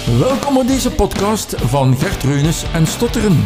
Welkom op deze podcast van Gert Reunis en Stotteren.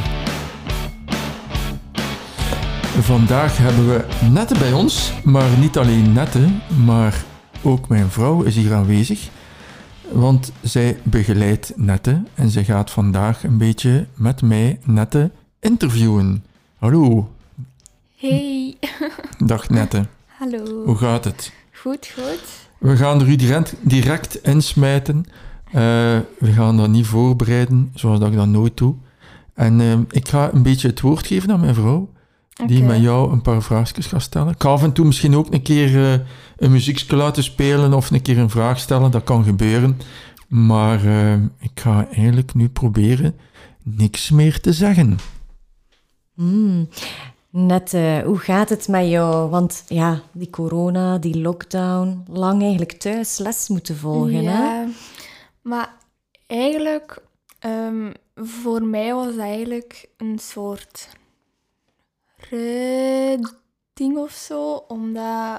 Vandaag hebben we Nette bij ons, maar niet alleen Nette, maar ook mijn vrouw is hier aanwezig. Want zij begeleidt Nette en zij gaat vandaag een beetje met mij Nette interviewen. Hallo. Hey. Dag Nette. Hallo. Hoe gaat het? Goed. We gaan er u direct insmijten. We gaan dat niet voorbereiden, zoals dat ik dat nooit doe. En ik ga een beetje het woord geven aan mijn vrouw, die met jou een paar vraagjes gaat stellen. Ik ga af en toe misschien ook een keer een muziekje laten spelen of een keer een vraag stellen, dat kan gebeuren. Maar ik ga eigenlijk nu proberen niks meer te zeggen. Nette, hoe gaat het met jou? Want ja, die corona, die lockdown, lang eigenlijk thuis les moeten volgen, hè? Maar eigenlijk, voor mij was dat eigenlijk een soort redding of zo. Omdat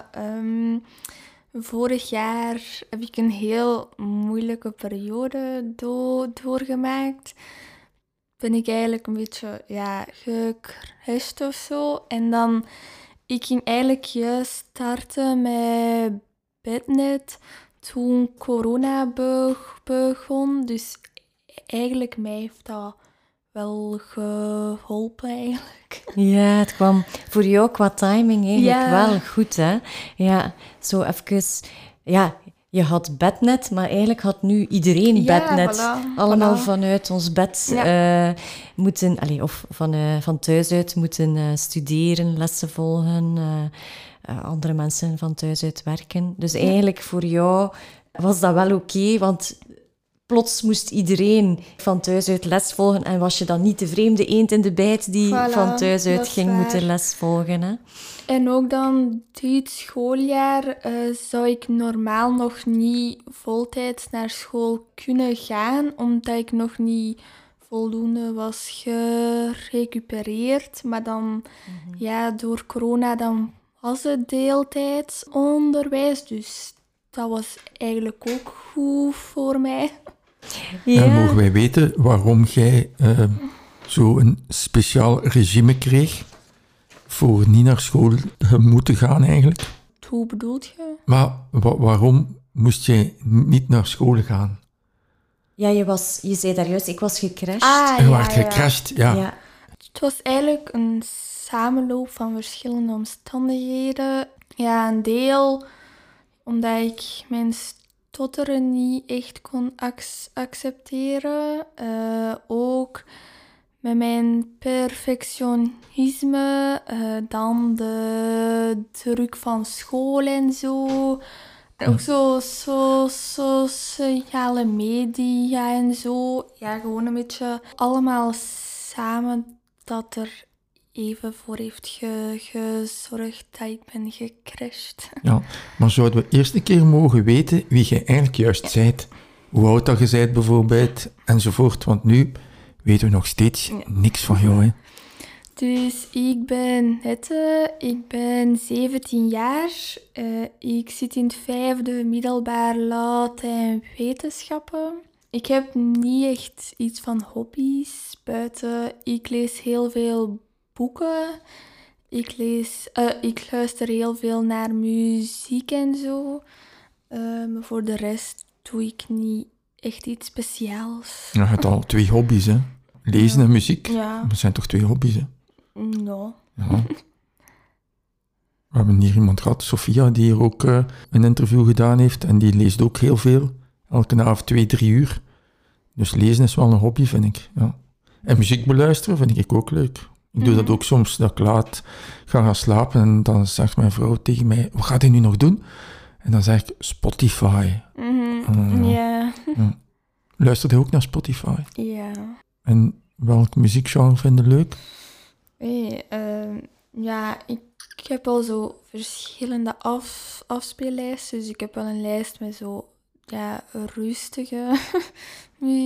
vorig jaar heb ik een heel moeilijke periode doorgemaakt. Ben ik eigenlijk een beetje gecrashed of zo. En dan, ik ging eigenlijk juist starten met Bednet toen corona begon. Dus eigenlijk mij heeft dat wel geholpen eigenlijk. Ja, het kwam voor jou qua timing eigenlijk wel goed, hè? Ja, zo even... Ja, je had Bednet, maar eigenlijk had nu iedereen Bednet. Voilà, Allemaal vanuit ons bed moeten... of van thuis uit moeten studeren, lessen volgen... andere mensen van thuis uit werken. Dus eigenlijk voor jou was dat wel oké, want plots moest iedereen van thuis uit les volgen en was je dan niet de vreemde eend in de bijt die van thuis uit ging moeten les volgen. Hè? En ook dan dit schooljaar zou ik normaal nog niet voltijds naar school kunnen gaan, omdat ik nog niet voldoende was gerecupereerd. Maar dan, door corona, dan was het deeltijds onderwijs, dus dat was eigenlijk ook goed voor mij. Ja. En mogen wij weten waarom jij zo'n speciaal regime kreeg voor niet naar school moeten gaan eigenlijk? Hoe bedoelt je? Maar waarom moest jij niet naar school gaan? Ja, je zei daar juist, ik was gecrashed. Je werd gecrashed, ja. Het was eigenlijk een samenloop van verschillende omstandigheden. Ja, een deel omdat ik mijn stotteren niet echt kon accepteren. Ook met mijn perfectionisme, dan de druk van school en zo. Ook zo sociale media en zo. Ja, gewoon een beetje allemaal samen dat er even voor heeft gezorgd dat ik ben gecrashed. Ja, maar zouden we eerst een keer mogen weten wie jij eigenlijk juist zijt? Hoe oud dat je zijt bijvoorbeeld, enzovoort. Want nu weten we nog steeds niks van jou, hè? Dus ik ben Nette, ik ben 17 jaar. Ik zit in het 5e middelbaar Latijn-wetenschappen. Ik heb niet echt iets van hobby's buiten. Ik lees heel veel boeken. Ik luister heel veel naar muziek en zo. Maar voor de rest doe ik niet echt iets speciaals. Je hebt al 2 hobby's, hè? Lezen en muziek. Ja. Dat zijn toch 2 hobby's, hè? No. Ja. We hebben hier iemand gehad, Sophia, die hier ook een interview gedaan heeft. En die leest ook heel veel. Elke avond 2-3 uur. Dus lezen is wel een hobby, vind ik. Ja. En muziek beluisteren vind ik ook leuk. Ik doe dat ook soms, dat ik laat gaan slapen. En dan zegt mijn vrouw tegen mij, wat gaat hij nu nog doen? En dan zeg ik, Spotify. Ja. Luistert hij ook naar Spotify? Ja. En welk muziekgenre vind je leuk? Ik heb al zo verschillende afspeellijsten. Dus ik heb wel een lijst met zo rustige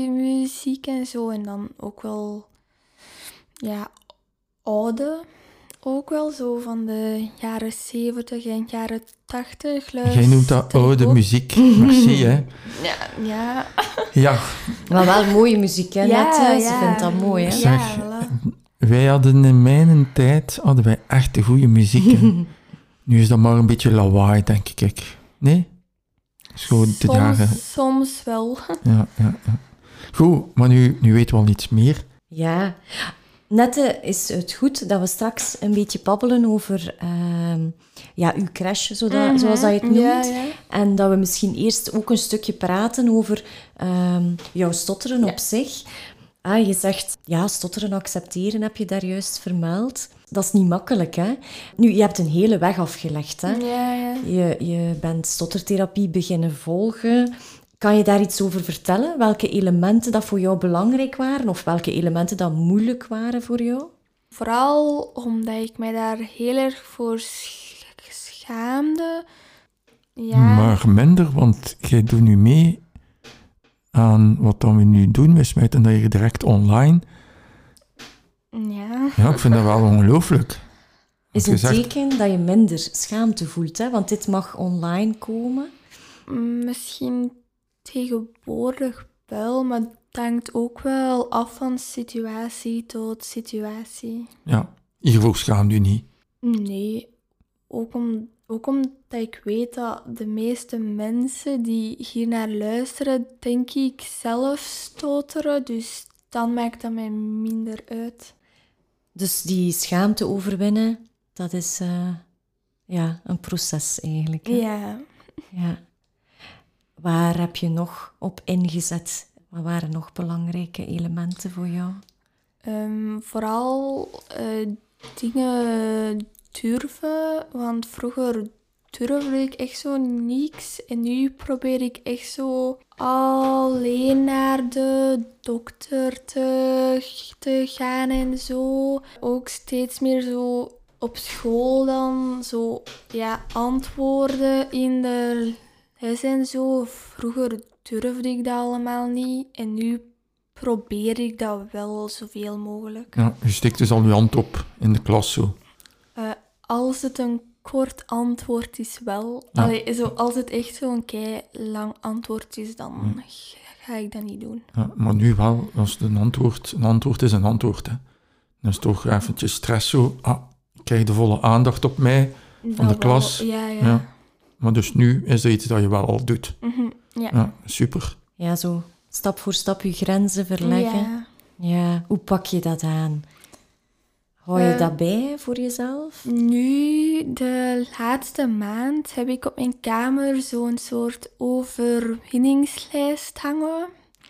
muziek en zo. En dan ook wel oude ook wel zo van de jaren 70 en jaren 80. Jij noemt dat oude muziek. Merci, hè. Ja. Ja. Maar wel mooie muziek, hè, net. Ze vindt dat mooi, hè. Zeg, voilà. wij hadden in mijn tijd echt de goede muziek. Hè. Nu is dat maar een beetje lawaai, denk ik. Nee? Zo de dagen. Soms wel. Ja. Goed, maar nu weten we al iets meer. Ja. Nette, is het goed dat we straks een beetje babbelen over uw crash, zoals dat je het noemt. Ja. En dat we misschien eerst ook een stukje praten over jouw stotteren op zich. Je zegt, stotteren accepteren heb je daar juist vermeld. Dat is niet makkelijk, hè? Nu, je hebt een hele weg afgelegd, hè? Ja. Je bent stottertherapie beginnen volgen. Kan je daar iets over vertellen? Welke elementen dat voor jou belangrijk waren? Of welke elementen dat moeilijk waren voor jou? Vooral omdat ik mij daar heel erg voor schaamde. Ja. Maar minder, want jij doet nu mee aan wat dan we nu doen. We smijten dat hier direct online. Ja, ik vind dat wel ongelooflijk. Is een teken dat je minder schaamte voelt, hè? Want dit mag online komen. Misschien tegenwoordig wel, maar het hangt ook wel af van situatie tot situatie. Ja, hiervoor schaamt u niet. Nee, ook omdat ik weet dat de meeste mensen die hier naar luisteren, denk ik, zelf stoteren. Dus dan maakt dat mij minder uit. Dus die schaamte overwinnen, dat is een proces eigenlijk. Hè? Ja. Waar heb je nog op ingezet? Wat waren nog belangrijke elementen voor jou? Vooral dingen durven, want vroeger durfde ik echt zo niks. En nu probeer ik echt zo alleen naar de dokter te gaan en zo. Ook steeds meer zo op school dan zo, antwoorden in de les en zo. Vroeger durfde ik dat allemaal niet en nu probeer ik dat wel zoveel mogelijk. Ja, je steekt dus al je hand op in de klas zo. Als het een kort antwoord is wel. Ja. Als het echt zo'n kei lang antwoord is, dan ga ik dat niet doen. Ja, maar nu wel, als het een antwoord is een antwoord. Hè. Dan is toch eventjes stress zo. Ik krijg de volle aandacht op mij van de klas. Ja. Maar dus nu is dat iets dat je wel al doet. Ja, super. Ja, zo stap voor stap je grenzen verleggen. Ja, hoe pak je dat aan? Hou je dat bij voor jezelf? Nu, de laatste maand, heb ik op mijn kamer zo'n soort overwinningslijst hangen.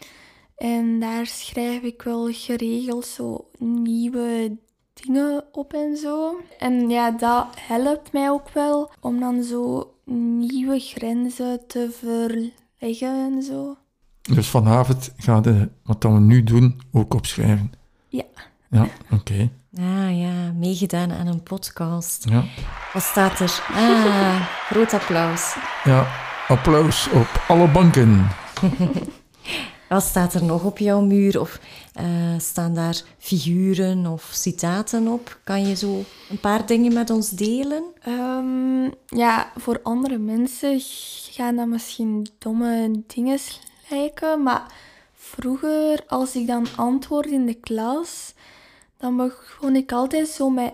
En daar schrijf ik wel geregeld zo nieuwe dingen op en zo. En ja, dat helpt mij ook wel om dan zo nieuwe grenzen te verleggen en zo. Dus vanavond ga je wat we nu doen ook opschrijven? Ja. Ja, oké. Ja, meegedaan aan een podcast. Ja. Wat staat er? Groot applaus. Ja, applaus op alle banken. Wat staat er nog op jouw muur? Of staan daar figuren of citaten op? Kan je zo een paar dingen met ons delen? Voor andere mensen gaan dat misschien domme dingen lijken, maar vroeger, als ik dan antwoordde in de klas, dan begon ik altijd zo met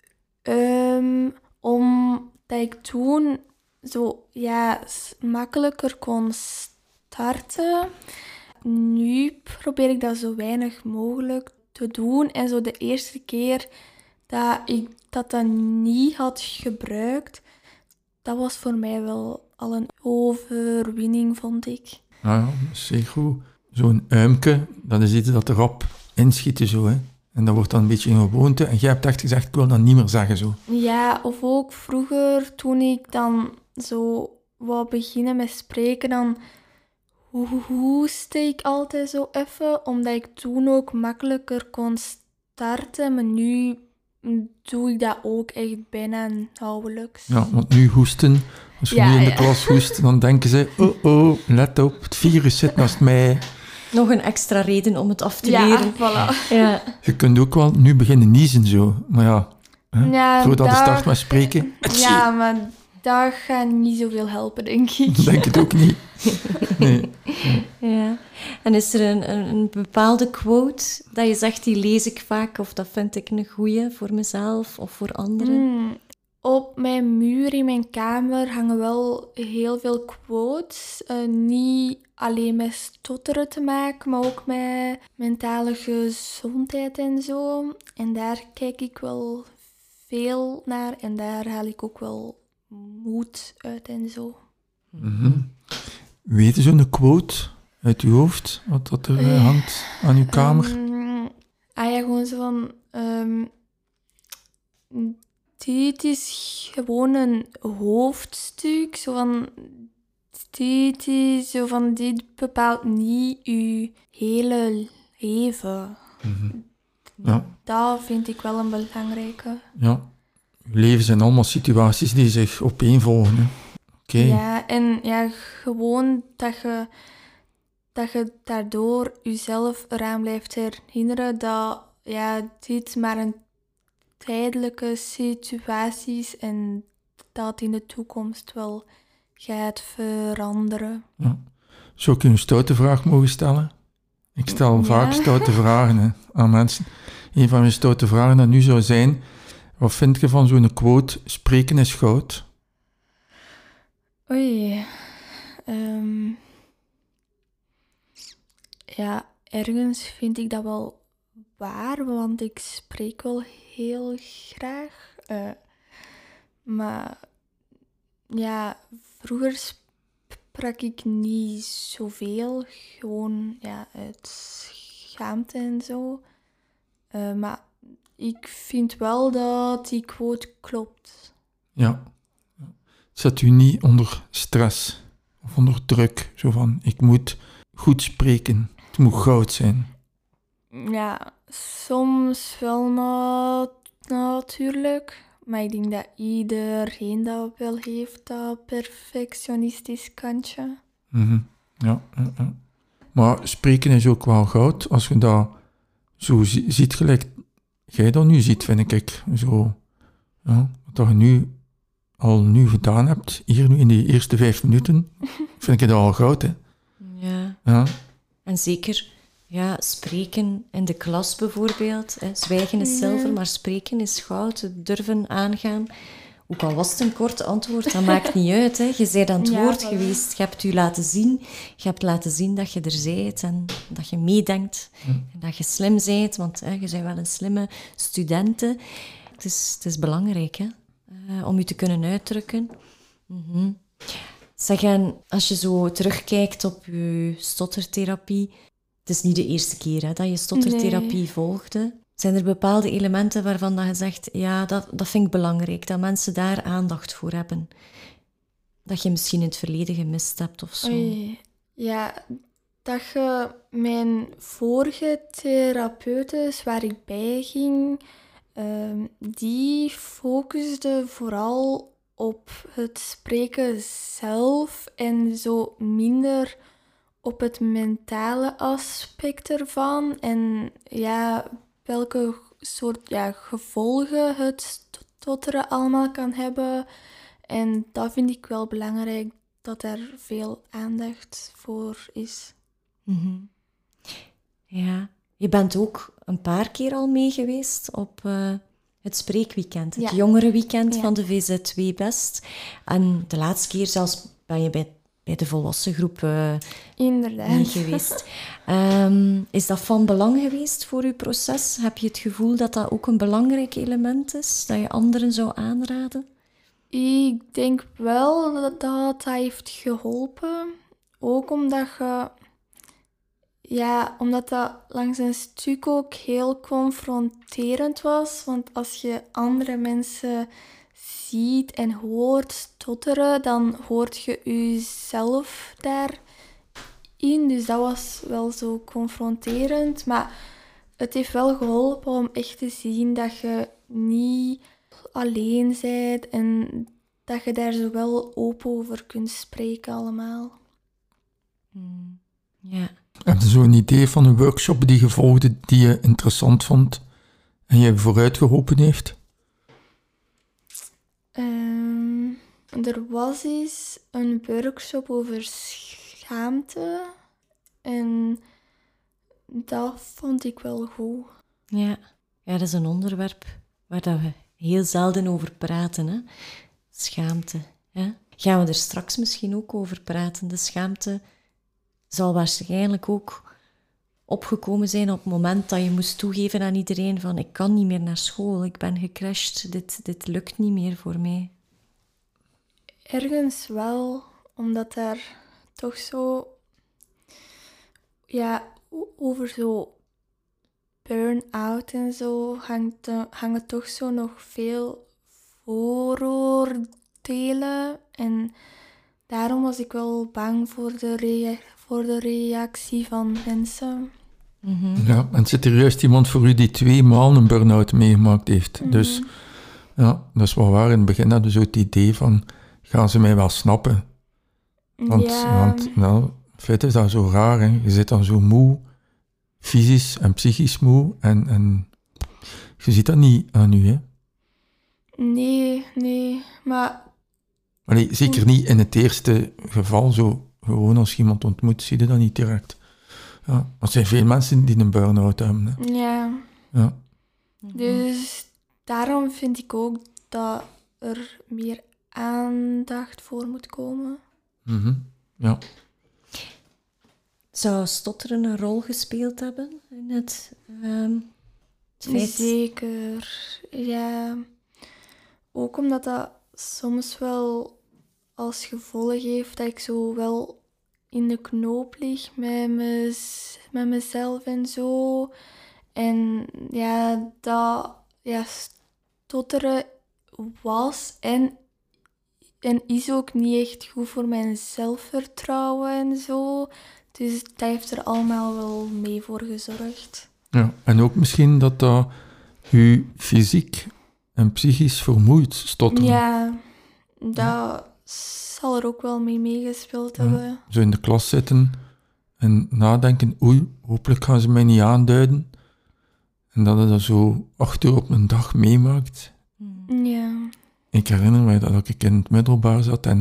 omdat ik toen zo makkelijker kon starten. Nu probeer ik dat zo weinig mogelijk te doen. En zo de eerste keer dat ik dat niet had gebruikt, dat was voor mij wel al een overwinning, vond ik. Ja, zeer goed. Zo'n uimke, dat is iets dat erop inschiet zo, hè. En dat wordt dan een beetje een gewoonte. En jij hebt echt gezegd, ik wil dat niet meer zeggen zo. Ja, of ook vroeger, toen ik dan zo wou beginnen met spreken, dan hoestte ik altijd zo even, omdat ik toen ook makkelijker kon starten. Maar nu doe ik dat ook echt bijna nauwelijks. Ja, want nu hoesten, als je nu in de klas hoest, dan denken ze, let op, het virus zit naast mij. Nog een extra reden om het af te leren. Voilà. Ja. Je kunt ook wel nu beginnen niezen zo, maar ja, Hè? Ja, Voordat je start met spreken. Ja, maar dat gaat niet zoveel helpen, denk ik. Ik denk het ook niet. Nee. Ja. En is er een bepaalde quote dat je zegt, die lees ik vaak, of dat vind ik een goeie voor mezelf of voor anderen? Op mijn muur in mijn kamer hangen wel heel veel quotes. Niet alleen met stotteren te maken, maar ook met mentale gezondheid en zo. En daar kijk ik wel veel naar en daar haal ik ook wel moed uit en zo. Mm-hmm. Weet je zo'n quote uit uw hoofd, wat dat er hangt aan uw kamer? Gewoon zo van... dit is gewoon een hoofdstuk, zo van... Dit bepaalt niet uw hele leven. Mm-hmm. Ja. Dat vind ik wel een belangrijke. Ja. Uw leven zijn allemaal situaties die zich opeenvolgen. Hè. Okay. Ja, en ja, gewoon dat je daardoor jezelf eraan blijft herinneren dat dit maar een tijdelijke situatie is en dat in de toekomst wel gaat veranderen. Ja. Zou ik u een stoute vraag mogen stellen? Ik stel vaak stoute vragen aan mensen. Een van mijn stoute vragen dat nu zou zijn, wat vind je van zo'n quote, spreken is goud? Oei. Ergens vind ik dat wel waar, want ik spreek wel heel graag. Maar ja, vroeger sprak ik niet zoveel, gewoon uit schaamte en zo. Maar ik vind wel dat die quote klopt. Ja. Zet u niet onder stress of onder druk, zo van, ik moet goed spreken, het moet goud zijn. Ja, soms wel natuurlijk. Maar ik denk dat iedereen dat wel heeft, dat perfectionistisch kantje. Mm-hmm. Ja. Maar spreken is ook wel goud. Als je dat zo ziet, gelijk jij dat nu ziet, vind ik. Zo, ja, wat je nu gedaan hebt, hier nu in die eerste 5 minuten, vind ik dat al goud, hè. Ja. En zeker... Ja, spreken in de klas bijvoorbeeld. Zwijgen is zilver, maar spreken is goud. Het durven aangaan. Ook al was het een kort antwoord, dat maakt niet uit. Hè. Je bent aan het woord geweest. Je hebt je laten zien. Je hebt laten zien dat je er bent en dat je meedenkt. En dat je slim bent, want je bent wel een slimme studente. Het is belangrijk hè, om je te kunnen uitdrukken. Mm-hmm. Zeg, en als je zo terugkijkt op je stottertherapie... Het is niet de eerste keer hè, dat je stottertherapie volgde. Zijn er bepaalde elementen waarvan dat je zegt... Ja, dat vind ik belangrijk, dat mensen daar aandacht voor hebben. Dat je misschien in het verleden gemist hebt of zo. Ja, dat je mijn vorige therapeutes waar ik bij ging... die focusde vooral op het spreken zelf en zo minder... op het mentale aspect ervan en welke soort gevolgen het stotteren allemaal kan hebben. En dat vind ik wel belangrijk, dat er veel aandacht voor is. Mm-hmm. Ja, je bent ook een paar keer al mee geweest op het spreekweekend, het jongerenweekend van de VZ2 Best. En de laatste keer zelfs ben je bij de volwassen groep Inderdaad. geweest. Is dat van belang geweest voor uw proces? Heb je het gevoel dat dat ook een belangrijk element is, dat je anderen zou aanraden? Ik denk wel dat heeft geholpen. Ook omdat omdat dat langs een stuk ook heel confronterend was. Want als je andere mensen ziet en hoort stotteren, dan hoort je jezelf daarin. Dus dat was wel zo confronterend. Maar het heeft wel geholpen om echt te zien dat je niet alleen bent en dat je daar zo wel open over kunt spreken allemaal. Ja. Heb je zo'n idee van een workshop die je volgde, die je interessant vond en je vooruit geholpen heeft? Er was eens een workshop over schaamte. En dat vond ik wel goed. Ja, dat is een onderwerp waar dat we heel zelden over praten. Hè? Schaamte. Hè? Gaan we er straks misschien ook over praten. De schaamte zal waarschijnlijk ook opgekomen zijn op het moment dat je moest toegeven aan iedereen van ik kan niet meer naar school, ik ben gecrashed, dit lukt niet meer voor mij. Ergens wel, omdat daar toch zo... Ja, over zo burn-out en zo hangen toch zo nog veel vooroordelen. En daarom was ik wel bang voor de reactie van mensen. Mm-hmm. Ja, en zit er juist iemand voor u die 2 maal een burn-out meegemaakt heeft. Mhm. Dus ja, dat is wel waar. In het begin hadden we zo het idee van, gaan ze mij wel snappen? Want nou, in feite is dat zo raar, hè. Je zit dan zo moe, fysisch en psychisch moe, en je ziet dat niet aan u, hè. Nee, maar... Allee, zeker niet in het eerste geval, zo gewoon als je iemand ontmoet, zie je dat niet direct. Ja, er zijn veel mensen die een burn-out hebben, hè. Ja, Ja. dus daarom vind ik ook dat er meer aandacht voor moet komen. Mhm. Ja. Zou stotteren een rol gespeeld hebben in het feit? Zeker, ja. Ook omdat dat soms wel als gevolg heeft dat ik zo wel in de knoop lig met mezelf en zo. En ja, dat stotteren was en is ook niet echt goed voor mijn zelfvertrouwen en zo. Dus dat heeft er allemaal wel mee voor gezorgd. Ja, en ook misschien dat u fysiek en psychisch vermoeit stotteren. Ja, dat zal er ook wel mee meegespeeld hebben. Zo in de klas zitten en nadenken, oei, hopelijk gaan ze mij niet aanduiden. En dat je dat zo 8 uur op een dag meemaakt. Ja. Ik herinner mij dat ik in het middelbaar zat en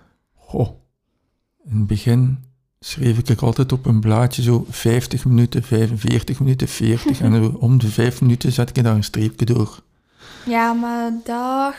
in het begin schreef ik altijd op een blaadje zo 50 minuten, 45 minuten, 40 en om de 5 minuten zet ik daar een streepje door. Ja, maar dat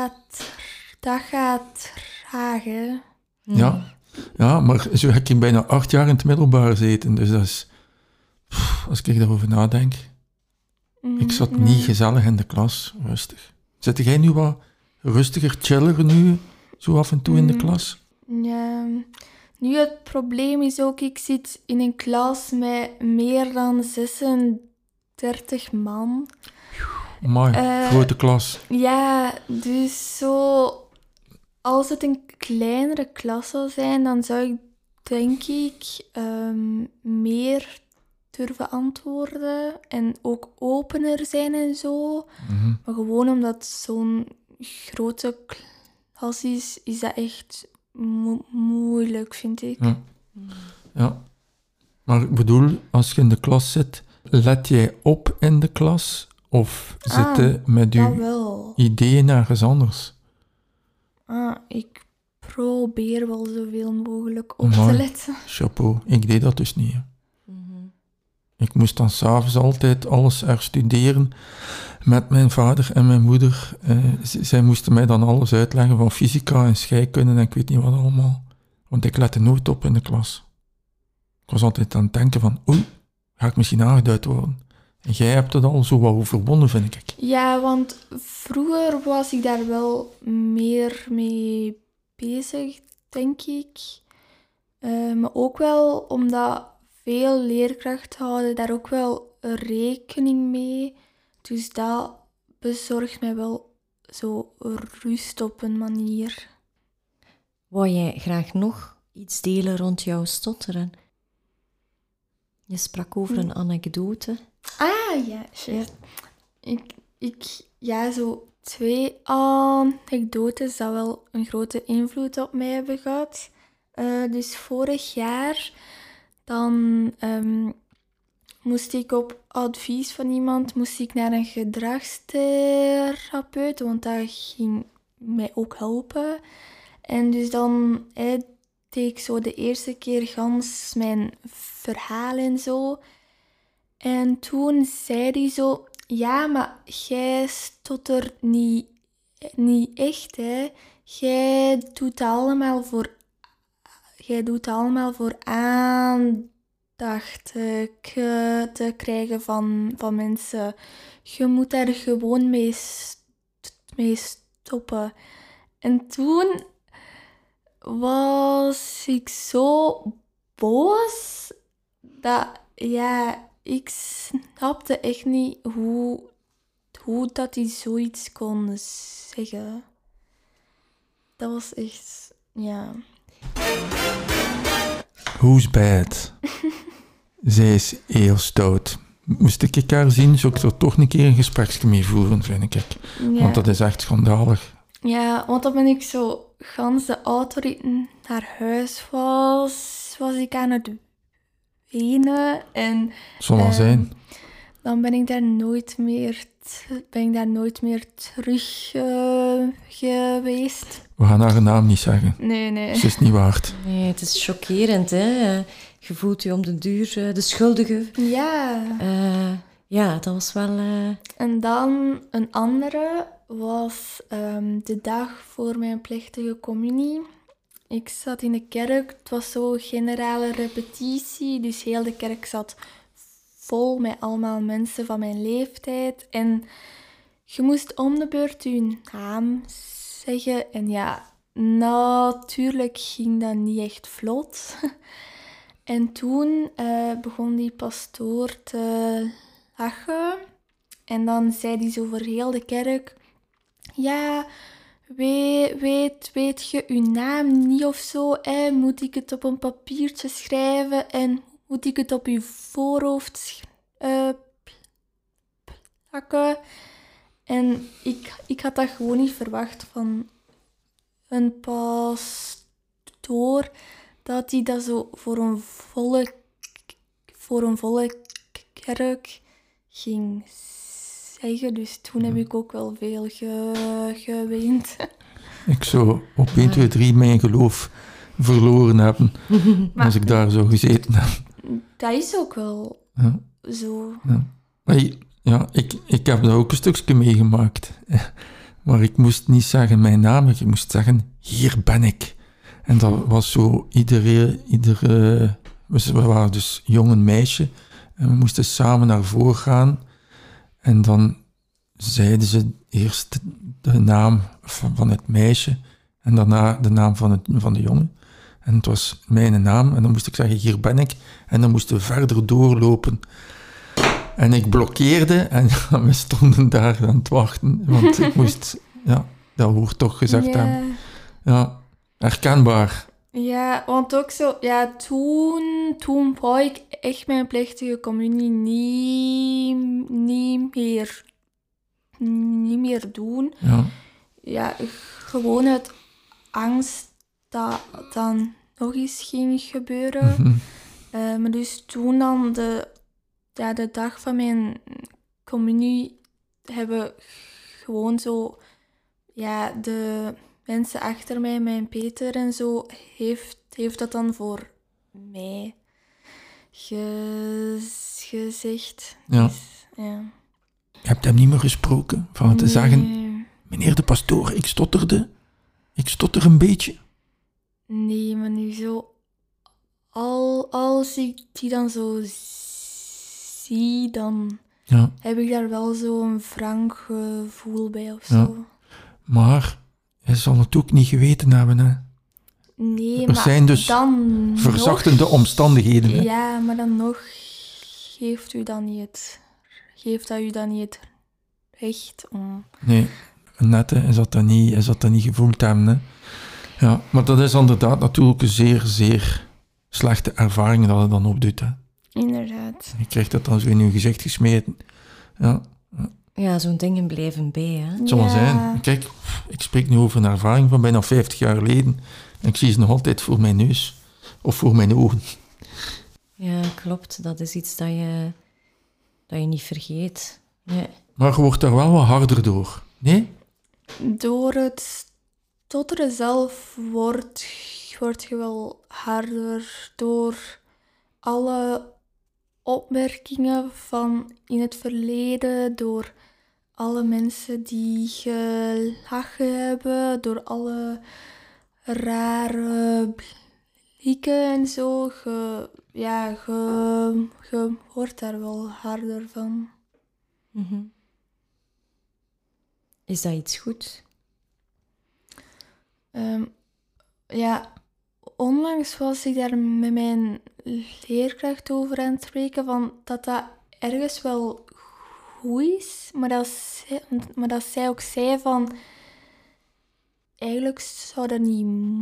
gaat traag, hè. Ja, maar zo heb ik bijna 8 jaar in het middelbaar gezeten, dus dat is, als ik daarover nadenk, ik zat niet gezellig in de klas, rustig. Zit jij nu wat rustiger, chiller nu, zo af en toe in de klas? Ja, nu het probleem is ook, ik zit in een klas met meer dan 36 man. Amai, grote klas. Ja, dus zo... Als het een kleinere klas zou zijn, dan zou ik, denk ik, meer durven antwoorden en ook opener zijn en zo. Mhm. Maar gewoon omdat het zo'n grote klas is dat echt moeilijk, vind ik. Ja. Maar ik bedoel, als je in de klas zit, let jij op in de klas of zit je met Dat je wel. ideeën ergens anders? Ik probeer wel zoveel mogelijk op Amai. te letten. Chapeau, ik deed dat dus niet. Hè. Ik moest dan s'avonds altijd alles herstuderen met mijn vader en mijn moeder. Zij moesten mij dan alles uitleggen van fysica en scheikunde en ik weet niet wat allemaal. Want ik lette nooit op in de klas. Ik was altijd aan het denken van, oei, ga ik misschien aangeduid worden? En jij hebt het al zo wat overwonnen, vind ik. Ja, want vroeger was ik daar wel meer mee bezig, denk ik. Maar ook wel omdat veel leerkrachten houden daar ook wel rekening mee. Dus dat bezorgt mij wel zo rust op een manier. Wou jij graag nog iets delen rond jouw stotteren? Je sprak over een anekdote. Ja, shit. Ja, zo 2 anekdotes dat wel een grote invloed op mij hebben gehad. Dus vorig jaar, dan moest ik op advies van iemand naar een gedragstherapeut, want dat ging mij ook helpen. En dus dan deed ik zo de eerste keer gans mijn verhaal en zo. En toen zei hij zo, ja, maar jij stottert niet echt, hè. Jij doet allemaal voor aandacht te krijgen van mensen. Je moet daar gewoon mee stoppen. En toen was ik zo boos dat, ja, ik snapte echt niet hoe dat hij zoiets kon zeggen. Dat was echt, ja. Who's bad? Zij is heel stout. Moest ik haar zien, zou ik er toch een keer een gespreksje mee voeren, vind ik. Ja. Want dat is echt schandalig. Ja, want dan ben ik zo gans de auto naar huis was ik aan het wenen. En Zal wel zijn. dan ben ik daar nooit meer terug geweest. We gaan haar naam niet zeggen. Nee. Ze is niet waard. Nee, het is chockerend, hè. Je voelt je om de duur de schuldige. Ja. Ja, dat was wel... En dan een andere was de dag voor mijn plechtige communie. Ik zat in de kerk. Het was zo'n generale repetitie. Dus heel de kerk zat vol met allemaal mensen van mijn leeftijd. En je moest om de beurt je naam zeggen. En ja, natuurlijk ging dat niet echt vlot. En toen begon die pastoor te lachen. En dan zei hij zo voor heel de kerk... Ja, weet je uw naam niet of zo? Moet ik het op een papiertje schrijven en moet ik het op uw voorhoofd plakken? En ik had dat gewoon niet verwacht van een pastoor, dat hij dat zo voor een volle kerk ging zeggen. Dus toen heb ik ook wel veel geweend. Ik zou op 1, 2, 3 mijn geloof verloren hebben als ik daar zo gezeten heb. Dat is ook wel zo. Ja. Maar ja, ik heb daar ook een stukje meegemaakt. Maar ik moest niet zeggen mijn naam, ik moest zeggen, hier ben ik. En dat was zo, we waren dus jong en meisje, en we moesten samen naar voren gaan. En dan zeiden ze eerst de naam van het meisje en daarna de naam van de jongen. En het was mijn naam en dan moest ik zeggen, hier ben ik. En dan moesten we verder doorlopen. En ik blokkeerde en we stonden daar aan het wachten. Want ik moest, ja, dat hoort toch gezegd hebben. Ja, herkenbaar. Ja, want ook zo, ja, toen wou ik echt mijn plechtige communie niet meer doen. Ja. Ja, gewoon uit angst dat dan nog eens ging gebeuren. Mm-hmm. Maar dus toen dan de dag van mijn communie hebben gewoon zo, ja, de mensen achter mij, mijn Peter en zo, heeft dat dan voor mij gezegd. Ja. Dus, ja. Je hebt hem niet meer gesproken van te zeggen, meneer de pastoor, ik stotter een beetje. Nee, maar nu zo, als ik die dan zo zie, dan heb ik daar wel zo'n wrang gevoel bij of zo. Ja. Maar hij zal het ook niet geweten hebben, hè. Nee, er maar zijn dus dan verzachtende nog, omstandigheden. Hè? Ja, maar dan nog geeft dat u dan niet het recht om... Nee, net, hè, is dat niet gevoeld hebben. Hè? Ja, maar dat is inderdaad natuurlijk een zeer, zeer slechte ervaring dat het dan opdoet. Hè? Inderdaad. Je krijgt dat dan zo in je gezicht gesmeten. Ja. Ja, zo'n dingen blijven bij, hè. Het zal wel zijn. Kijk, ik spreek nu over een ervaring van bijna 50 jaar geleden. En ik zie ze nog altijd voor mijn neus. Of voor mijn ogen. Ja, klopt. Dat is iets dat je niet vergeet. Nee. Maar je wordt daar wel wat harder door. Nee? Door het stotteren zelf word je wel harder door alle opmerkingen van in het verleden, door alle mensen die gelachen hebben, door alle rare blikken en zo. Je wordt daar wel harder van. Mm-hmm. Is dat iets goed? Ja, onlangs was ik daar met mijn leerkracht over aan het spreken, van dat ergens wel goed is, maar dat zij ook zei van, eigenlijk zou dat niet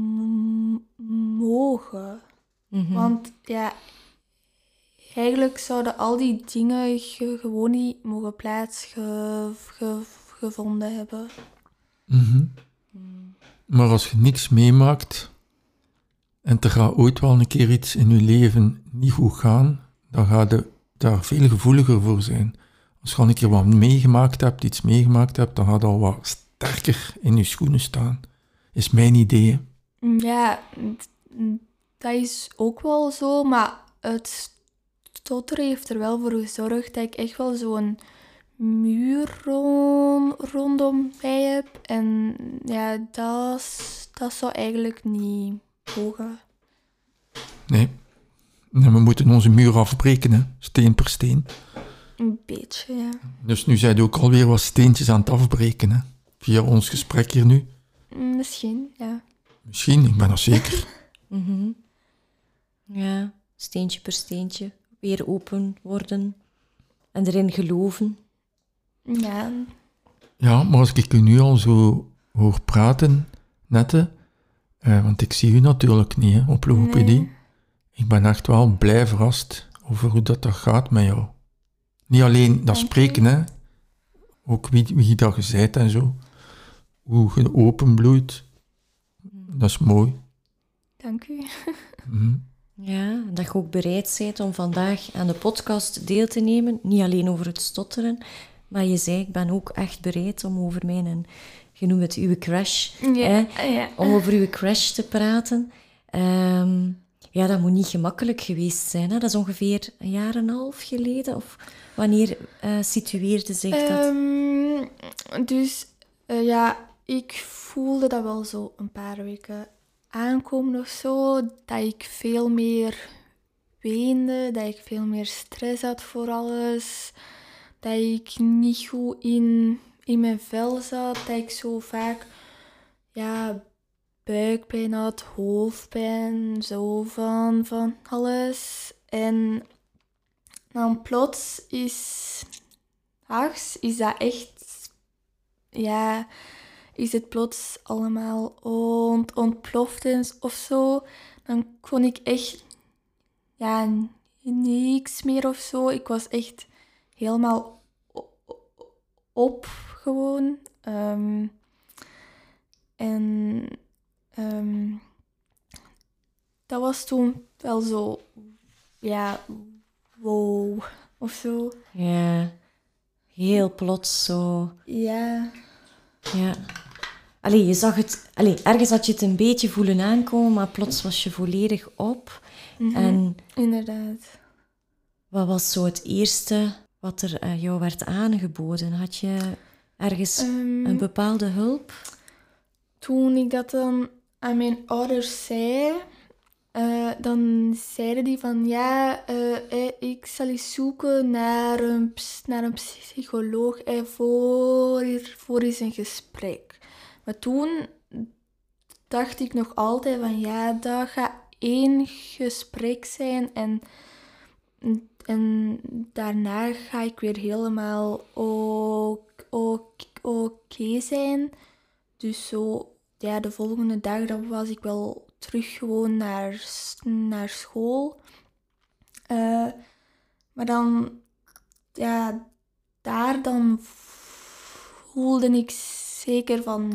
mogen. Mm-hmm. Want ja, eigenlijk zouden al die dingen gewoon niet mogen plaatsgevonden hebben. Mm-hmm. Maar als je niks meemaakt en er gaat ooit wel een keer iets in je leven niet goed gaan, dan ga je daar veel gevoeliger voor zijn. Als je al een keer wat meegemaakt hebt, iets meegemaakt hebt, dan gaat je al wat sterker in je schoenen staan. Is mijn idee. Ja, dat is ook wel zo, maar het stotteren heeft er wel voor gezorgd dat ik echt wel zo'n muur rondom mij heb. En ja, dat zou eigenlijk niet mogen. Nee. En we moeten onze muur afbreken, hè? Steen per steen. Een beetje, ja. Dus nu zijn we ook alweer wat steentjes aan het afbreken, hè? Via ons gesprek hier nu. Misschien, ja. Misschien, ik ben dat zeker. Mm-hmm. Ja, steentje per steentje. Weer open worden. En erin geloven. Ja. Ja, maar als ik u nu al zo hoor praten, Nette, want ik zie u natuurlijk niet, hè, op logopedie. Nee. Ik ben echt wel blij verrast over hoe dat gaat met jou. Niet alleen dat spreken, hè. Ook wie dat je zijt en zo. Hoe je openbloeit. Dat is mooi. Dank u. Mhm. Ja, dat je ook bereid bent om vandaag aan de podcast deel te nemen. Niet alleen over het stotteren, maar je zei, ik ben ook echt bereid om over mijn, je noemt het uw crash, Ja, hè, ja. om over uw crash te praten. Ja, dat moet niet gemakkelijk geweest zijn. Hè? Dat is ongeveer 1,5 jaar geleden. Of wanneer situeerde zich dat? Dus ja, ik voelde dat wel zo een paar weken aankomen of zo. Dat ik veel meer weende, dat ik veel meer stress had voor alles. Dat ik niet goed in mijn vel zat. Dat ik zo vaak buikpijn had, hoofdpijn, zo van alles. En dan plots is dat echt, is het plots allemaal ontploft of zo. Dan kon ik echt, niks meer of zo. Ik was echt helemaal op gewoon. Dat was toen wel zo, wow, of zo. Ja, heel plots zo. Ja. Ja. Allee, je zag het... Allee, ergens had je het een beetje voelen aankomen, maar plots was je volledig op. Mm-hmm. En inderdaad. wat was zo het eerste wat er jou werd aangeboden? Had je ergens een bepaalde hulp? Toen ik dat dan aan mijn ouders zei, dan zeiden die van ik zal eens zoeken naar een psycholoog voor eens een gesprek. Maar toen dacht ik nog altijd van dat gaat 1 gesprek zijn en daarna ga ik weer helemaal oké zijn. Dus zo, de volgende dag dan was ik wel terug gewoon naar school. Maar dan, daar dan voelde ik zeker van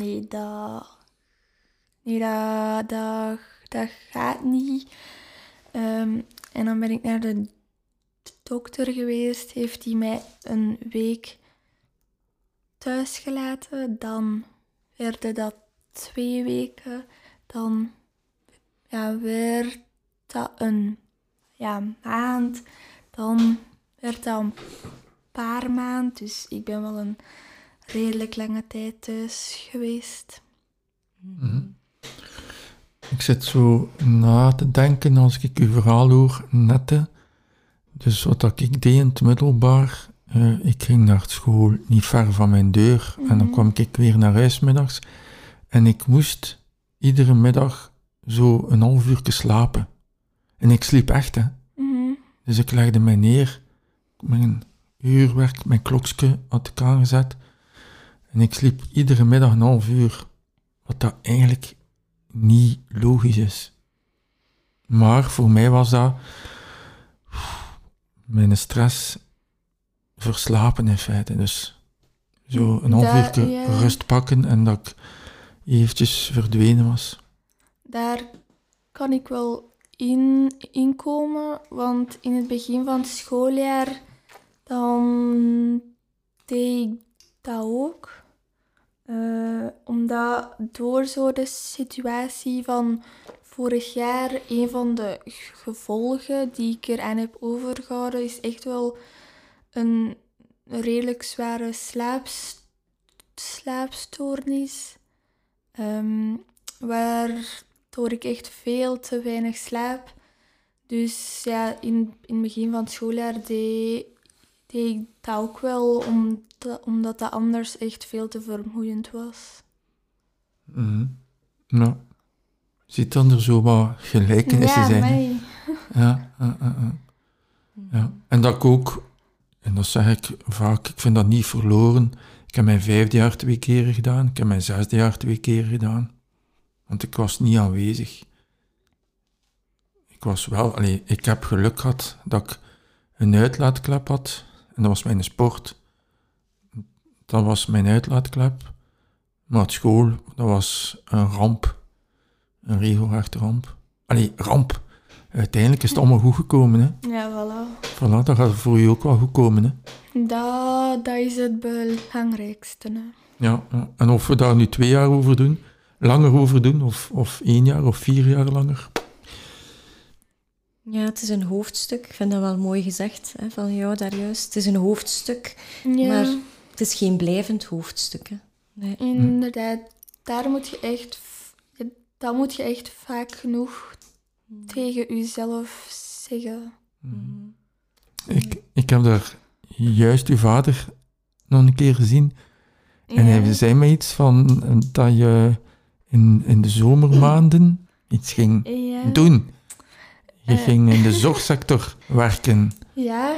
dat gaat niet. En dan ben ik naar de dokter geweest, heeft hij mij een week thuis gelaten. Dan werden dat 2 weken, dan werd dat een maand, dan werd dat een paar maanden. Dus ik ben wel een redelijk lange tijd thuis geweest. Mm-hmm. Ik zit zo na te denken als ik uw verhaal hoor, Nette. Dus wat ik deed in het middelbaar, ik ging naar school niet ver van mijn deur. En dan kwam ik weer naar huis middags. En ik moest iedere middag zo een half uur slapen. En ik sliep echt, hè. Dus ik legde mij neer, mijn uurwerk, mijn klokje had ik aangezet. En ik sliep iedere middag een half uur. Wat dat eigenlijk niet logisch is. Maar voor mij was dat mijn stress verslapen in feite. Dus zo een half uur rust pakken en dat ik eventjes verdwenen was. Daar kan ik wel inkomen, want in het begin van het schooljaar dan deed ik dat ook. Omdat door zo de situatie van vorig jaar, een van de gevolgen die ik eraan heb overgehouden, is echt wel een redelijk zware slaapstoornis. Waardoor ik echt veel te weinig slaap. Dus ja, in het begin van het schooljaar deed ik dat ook wel, omdat dat anders echt veel te vermoeiend was. Mm-hmm. Nou, ziet dan er zo wat gelijkenissen zijn. Ja. En dat ik ook, en dat zeg ik vaak, ik vind dat niet verloren. Ik heb mijn 5e jaar 2 keer gedaan, ik heb mijn 6e jaar 2 keer gedaan. Want ik was niet aanwezig. Ik heb geluk gehad dat ik een uitlaatklep had. En dat was mijn sport. Dat was mijn uitlaatklep. Maar het school, dat was een ramp. Een regelrechte ramp. Ramp. Uiteindelijk is het allemaal goed gekomen, hè. Ja, voilà. Voilà, dat gaat voor u ook wel goed komen, hè. Dat is het belangrijkste, hè. Ja, en of we daar nu 2 jaar over doen, langer over doen, of 1 jaar of 4 jaar langer. Ja, het is een hoofdstuk. Ik vind dat wel mooi gezegd, hè, van jou daar juist. Het is een hoofdstuk, maar het is geen blijvend hoofdstuk, hè. Nee. Inderdaad, dat moet je echt vaak genoeg tegen jezelf zeggen. Ik heb daar juist uw vader nog een keer gezien. En hij zei mij iets van dat je in de zomermaanden iets ging doen. Je ging in de zorgsector werken. Ja,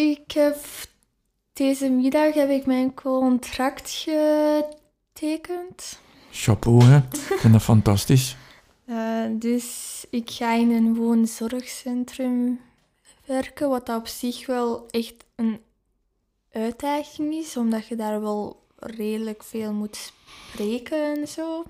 deze middag heb ik mijn contract getekend. Chapeau, hè. Ik vind dat fantastisch. Dus ik ga in een woonzorgcentrum werken, wat op zich wel echt een uitdaging is, omdat je daar wel redelijk veel moet spreken en zo.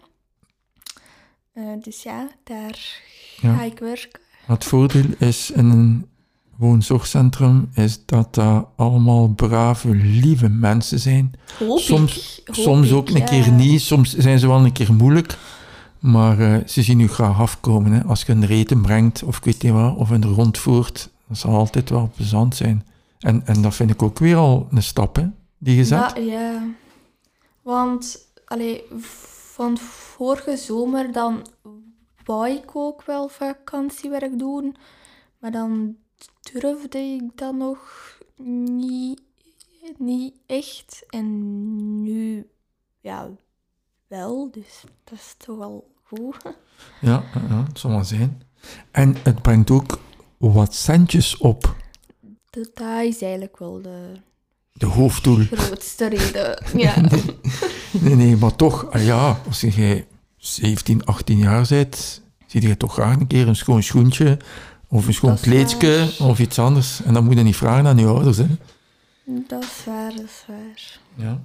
Dus ja, daar ga ik werken. Het voordeel is in een woonzorgcentrum is dat dat allemaal brave, lieve mensen zijn. Soms ook een keer niet, soms zijn ze wel een keer moeilijk, maar ze zien u graag afkomen. Hè. Als je een reten brengt, of ik weet niet wat, of een rondvoert, dat zal altijd wel plezant zijn. En dat vind ik ook weer al een stap, hè, die je zet. Ja. Want van vorige zomer dan wou ik ook wel vakantiewerk doen, maar dan durfde ik dat nog niet echt. En nu wel, dus dat is toch wel goed. Ja, het zal wel zijn. En het brengt ook wat centjes op. Dat is eigenlijk wel de hoofddoel. Grootste reden, ja. Nee, maar toch, als je 17, 18 jaar bent, zie je toch graag een keer een schoon schoentje, of een schoon kleedje, of iets anders. En dan moet je niet vragen aan je ouders, hè. Dat is waar. Ja.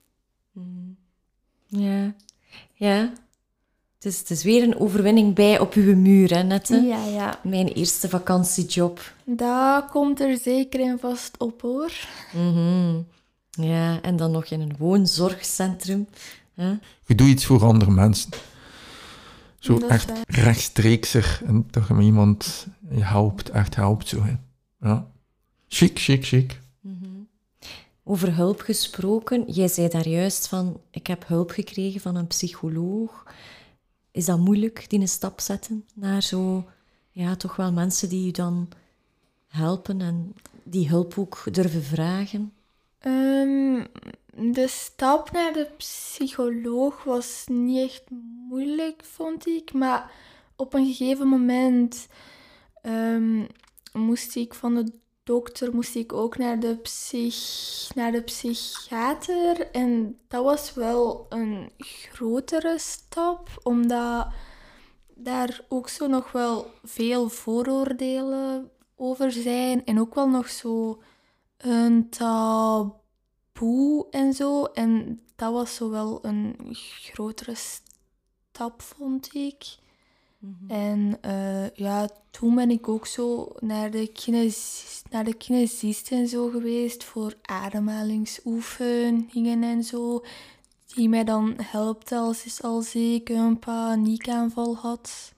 Ja. Het is weer een overwinning bij op uw muur, hè, Nette? Ja. Mijn eerste vakantiejob. Dat komt er zeker en vast op, hoor. Ja, en dan nog in een woonzorgcentrum. Hè? Je doet iets voor andere mensen. Zo Dat is echt waar. rechtstreekser. En dat je met iemand je helpt, echt helpt. Zo, hè. Ja. Chic. Over hulp gesproken, jij zei daar juist van, ik heb hulp gekregen van een psycholoog. Is dat moeilijk, die een stap zetten naar zo, ja, toch wel mensen die je dan helpen en die hulp ook durven vragen? De stap naar de psycholoog was niet echt moeilijk, vond ik. Maar op een gegeven moment moest ik van de dokter ook naar de psychiater. En dat was wel een grotere stap, omdat daar ook zo nog wel veel vooroordelen over zijn. En ook wel nog zo een taboe en zo. En dat was zo wel een grotere stap, vond ik. En ja, toen ben ik ook zo naar de kinesist en zo geweest voor ademhalingsoefeningen en zo. Die mij dan helpt als ik een paniekaanval had.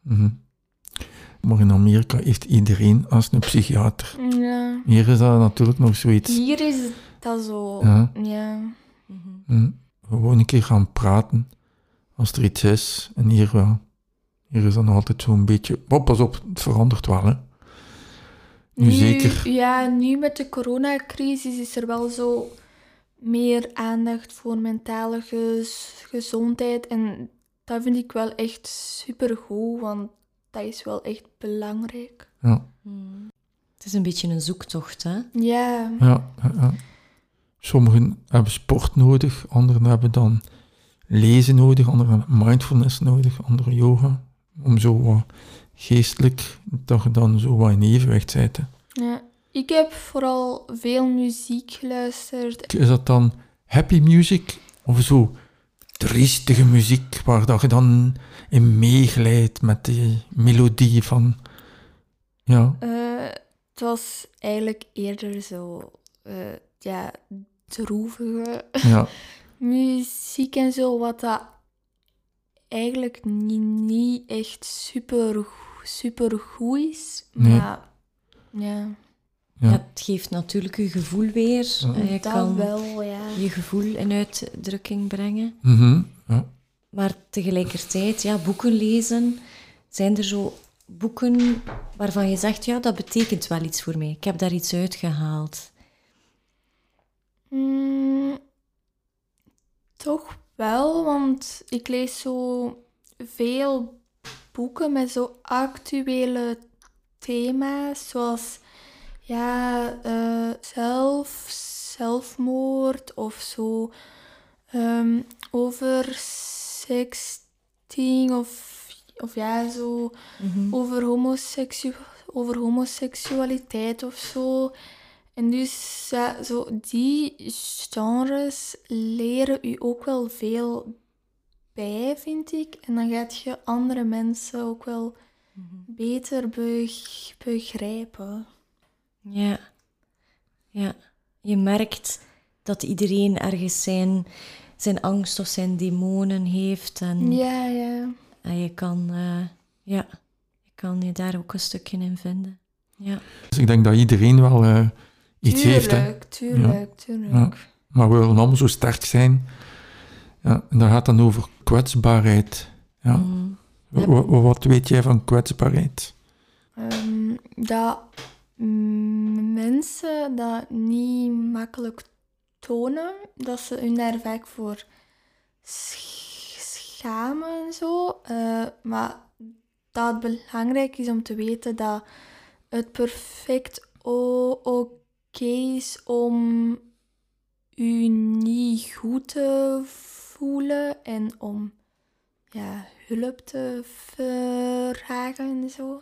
Maar in Amerika heeft iedereen als een psychiater. Ja. Hier is dat natuurlijk nog zoiets. Hier is dat zo, Ja. ja. Gewoon een keer gaan praten als er iets is. En hier wel. Hier is dan altijd zo'n beetje... Oh, pas op, het verandert wel, hè. Nu zeker. Ja, nu met de coronacrisis is er wel zo meer aandacht voor mentale gezondheid. En dat vind ik wel echt supergoed, want dat is wel echt belangrijk. Ja. Het is een beetje een zoektocht, hè? Ja. Ja. Sommigen hebben sport nodig, anderen hebben dan lezen nodig, anderen hebben mindfulness nodig, anderen yoga. Om zo wat geestelijk, dat je dan zo wat in evenwicht zit. Hè. Ja. Ik heb vooral veel muziek geluisterd. Is dat dan happy music of zo triestige muziek waar dat je dan in meeglijdt met die melodie van... Ja. Het was eigenlijk eerder zo, ja, droevige Ja. muziek en zo, wat dat eigenlijk niet echt super goed is. Nee. Maar ja, Ja, het geeft natuurlijk je gevoel weer. Je dat kan wel, ja. je gevoel in uitdrukking brengen. Ja. Maar tegelijkertijd, ja, boeken lezen, zijn er zo boeken waarvan je zegt, ja, dat betekent wel iets voor mij. Ik heb daar iets uitgehaald. Toch wel, want ik lees zo veel boeken met zo actuele thema's, zoals ja, zelfmoord of zo, over sexting of ja, zo, over homoseksualiteit of zo. En dus ja, zo die genres leren u ook wel veel bij, vind ik. En dan gaat je andere mensen ook wel beter begrijpen. Ja. Ja. Je merkt dat iedereen ergens zijn angst of zijn demonen heeft. En, Ja, ja. en je kan je daar ook een stukje in vinden. Ja. Dus ik denk dat iedereen wel iets heeft. Hè. Tuurlijk. Ja. Maar we willen allemaal zo sterk zijn. Ja, en dat gaat dan over kwetsbaarheid. Ja. Wat weet jij van kwetsbaarheid? Dat mensen dat niet makkelijk tonen, dat ze hun daar vaak voor schamen en zo. Maar dat het belangrijk is om te weten dat het perfect oké is om u niet goed te voelen en om ja, hulp te vragen en zo.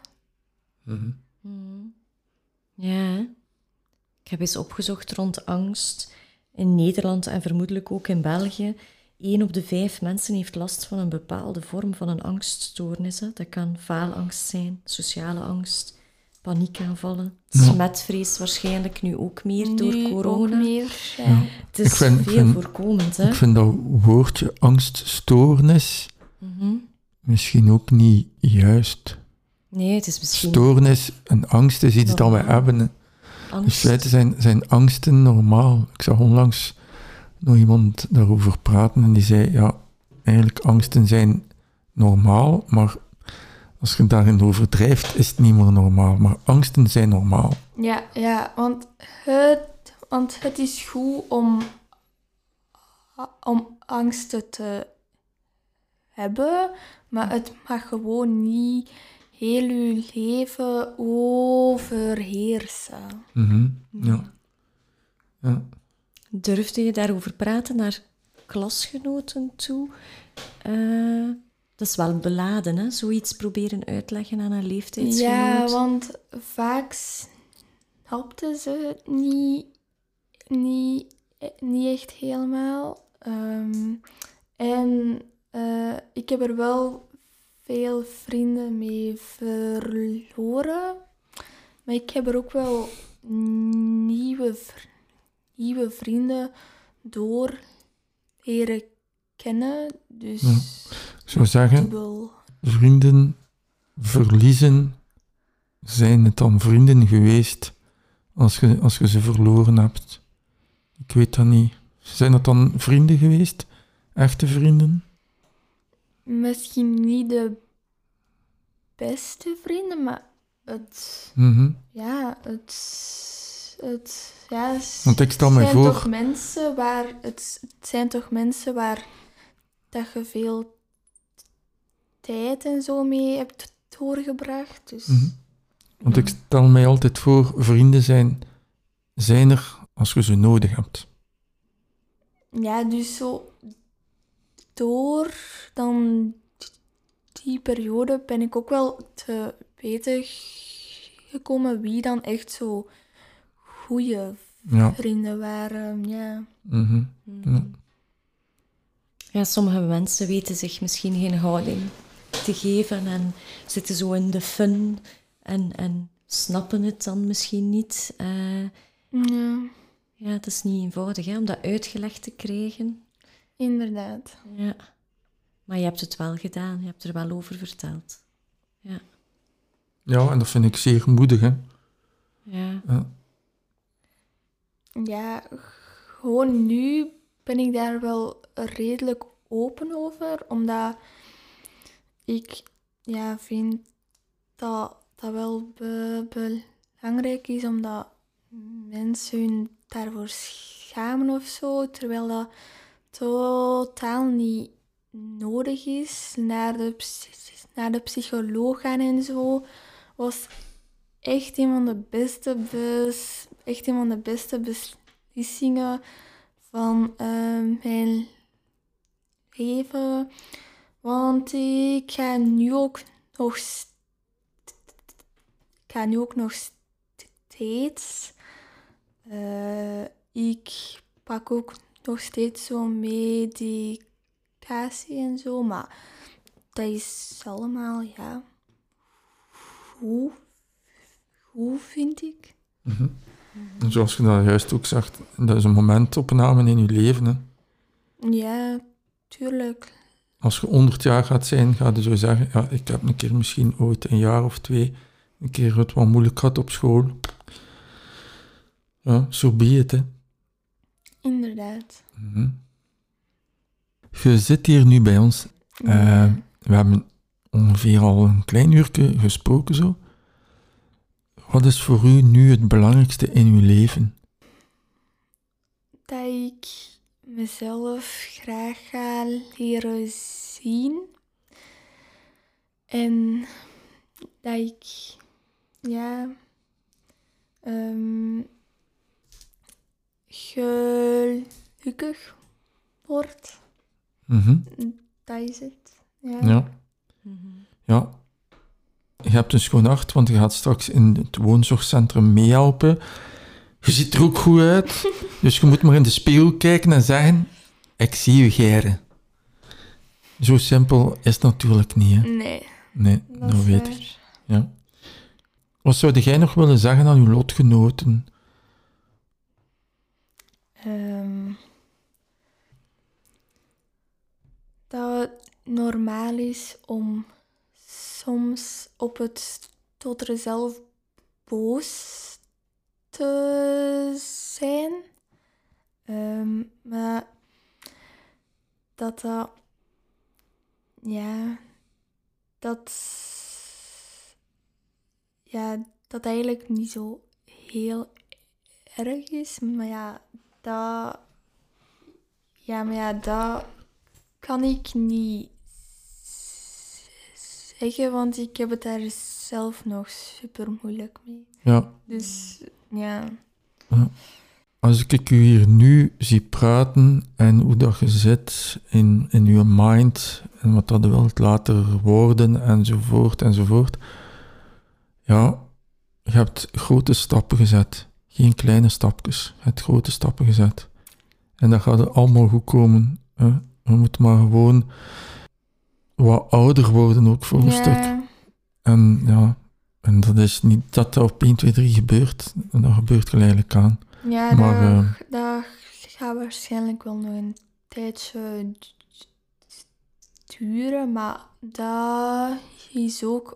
Ja, hè? Ik heb eens opgezocht rond angst. In Nederland en vermoedelijk ook in België. 1 op de 5 mensen heeft last van een bepaalde vorm van een angststoornis. Hè. Dat kan faalangst zijn, sociale angst, paniekaanvallen. Ja. Smetvrees waarschijnlijk nu ook meer door Nu corona. ook meer, ja. Ja. Het is veel voorkomend, hè? Ik vind dat woordje angststoornis misschien ook niet juist. Nee, het is misschien Stoornis en angst is iets dat we Normaal. hebben. Hè. angst. In feite zijn angsten normaal. Ik zag onlangs nog iemand daarover praten en die zei, ja, eigenlijk angsten zijn normaal, maar als je daarin overdrijft, is het niet meer normaal. Maar angsten zijn normaal. Ja, want het is goed om angsten te hebben, maar het mag gewoon niet heel je leven overheersen. Ja. Ja. Durfde je daarover praten naar klasgenoten toe? Dat is wel beladen, hè? Zoiets proberen uitleggen aan een leeftijdsgenoot. Ja, want vaak snapten ze het niet echt helemaal. En ik heb er wel veel vrienden mee verloren. Maar ik heb er ook wel nieuwe vrienden door leren kennen. Dus Ik zou zeggen, dubbel. vrienden verliezen, zijn het dan vrienden geweest als je ze verloren hebt? Ik weet dat niet. Zijn het dan vrienden geweest? Echte vrienden? Misschien niet de beste vrienden, maar het Want ik stel mij zijn voor... toch mensen het zijn toch mensen waar dat je veel tijd en zo mee hebt doorgebracht. Dus Want ik stel mij altijd voor, vrienden zijn er als je ze nodig hebt. ja, dus zo door dan die periode ben ik ook wel te weten gekomen wie dan echt zo goede Ja. vrienden waren. Ja. Ja. Ja, sommige mensen weten zich misschien geen houding te geven en zitten zo in de fun en snappen het dan misschien niet. Ja, het is niet eenvoudig hè, om dat uitgelegd te krijgen. Inderdaad. Ja. Maar je hebt het wel gedaan, je hebt er wel over verteld. Ja. Ja, en dat vind ik zeer moedig, hè. Ja. Ja, gewoon nu ben ik daar wel redelijk open over, omdat ik vind dat dat wel belangrijk is, omdat mensen hun daarvoor schamen of zo, terwijl dat totaal niet nodig is. Naar de psycholoog gaan en zo was echt een van de beste beslissingen van mijn leven. Want ik ga nu ook nog steeds. Ik pak ook nog steeds zo'n medicatie en zo, maar dat is allemaal, ja, goed vind ik. En zoals je dat juist ook zegt, dat is een momentopname in je leven, hè. Ja, tuurlijk. Als je 100 jaar gaat zijn, ga je zo zeggen, ja, ik heb een keer misschien ooit een jaar of 2 een keer het wat moeilijk gehad op school. Ja, so be it, hè. Inderdaad. Je zit hier nu bij ons. We hebben ongeveer al een klein uurtje gesproken zo. Wat is voor u nu het belangrijkste in uw leven? Dat ik mezelf graag ga leren zien. En dat ik, gelukkig word. Dat is het. Ja. Ja. Je hebt een schoon hart, want je gaat straks in het woonzorgcentrum meehelpen. Je ziet er ook goed uit, dus je moet maar in de spiegel kijken en zeggen, ik zie je Geire. Zo simpel is het natuurlijk niet, hè? Nee, Nee, dat dat is weet waar. ik. Ja. Wat zou jij nog willen zeggen aan uw lotgenoten? Dat het normaal is om soms op het stotteren zelf boos te zijn. Maar dat eigenlijk niet zo heel erg is. Maar dat kan ik niet zeggen, want ik heb het daar zelf nog super moeilijk mee. Ja. Dus, ja. Als ik u hier nu zie praten en hoe dat je zit in je mind en wat dat wilt later worden enzovoort. Ja, je hebt grote stappen gezet. Geen kleine stapjes. Je hebt grote stappen gezet. En dat gaat er allemaal goed komen. Hè? We moeten maar gewoon wat ouder worden ook voor een stuk. En dat is niet dat op 1, 2, 3 gebeurt. En dat gebeurt geleidelijk aan. Ja, maar, dat gaat waarschijnlijk wel nog een tijdje duren, maar dat is ook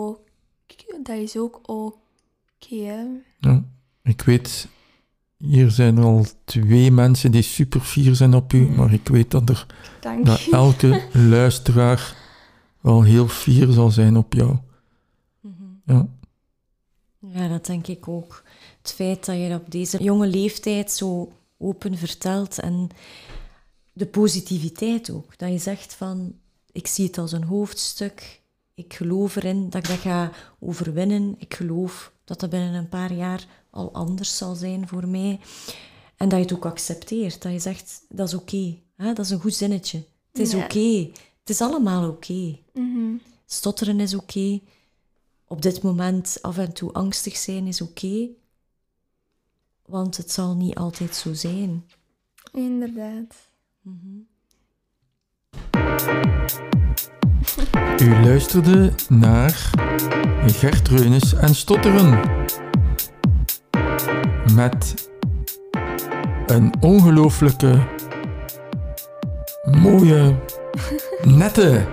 oké. Ja, ik weet, hier zijn al 2 mensen die super fier zijn op u, maar ik weet dat elke luisteraar wel heel fier zal zijn op jou. Ja. Ja, dat denk ik ook. Het feit dat je op deze jonge leeftijd zo open vertelt en de positiviteit ook. Dat je zegt van, ik zie het als een hoofdstuk, ik geloof erin dat ik dat ga overwinnen, ik geloof dat dat binnen een paar jaar al anders zal zijn voor mij. En dat je het ook accepteert, dat je zegt, dat is oké. Dat is een goed zinnetje. Het is oké. Het is allemaal oké. Stotteren is oké. Op dit moment af en toe angstig zijn is oké. Want het zal niet altijd zo zijn. Inderdaad. U luisterde naar Gert Reunis en Stotteren. Met een ongelooflijke, mooie, nette.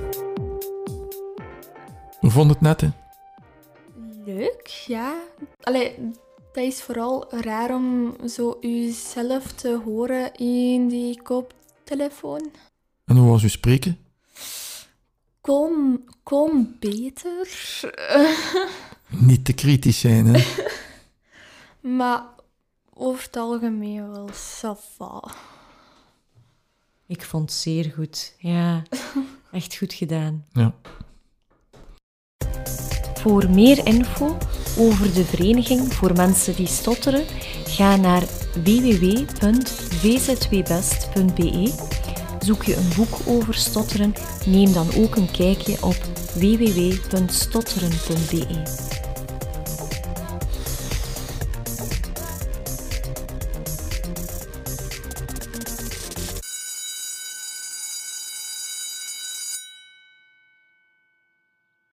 Hoe vond het nette? Leuk, ja. Allee, dat is vooral raar om zo uzelf te horen in die koptelefoon. En hoe was uw spreken? Kom beter. Niet te kritisch zijn, hè? Maar over het algemeen wel ça va. Ik vond het zeer goed. Ja, echt goed gedaan. Ja. Voor meer info over de Vereniging voor Mensen die Stotteren, ga naar www.vzwbest.be. Zoek je een boek over stotteren, neem dan ook een kijkje op www.stotteren.be.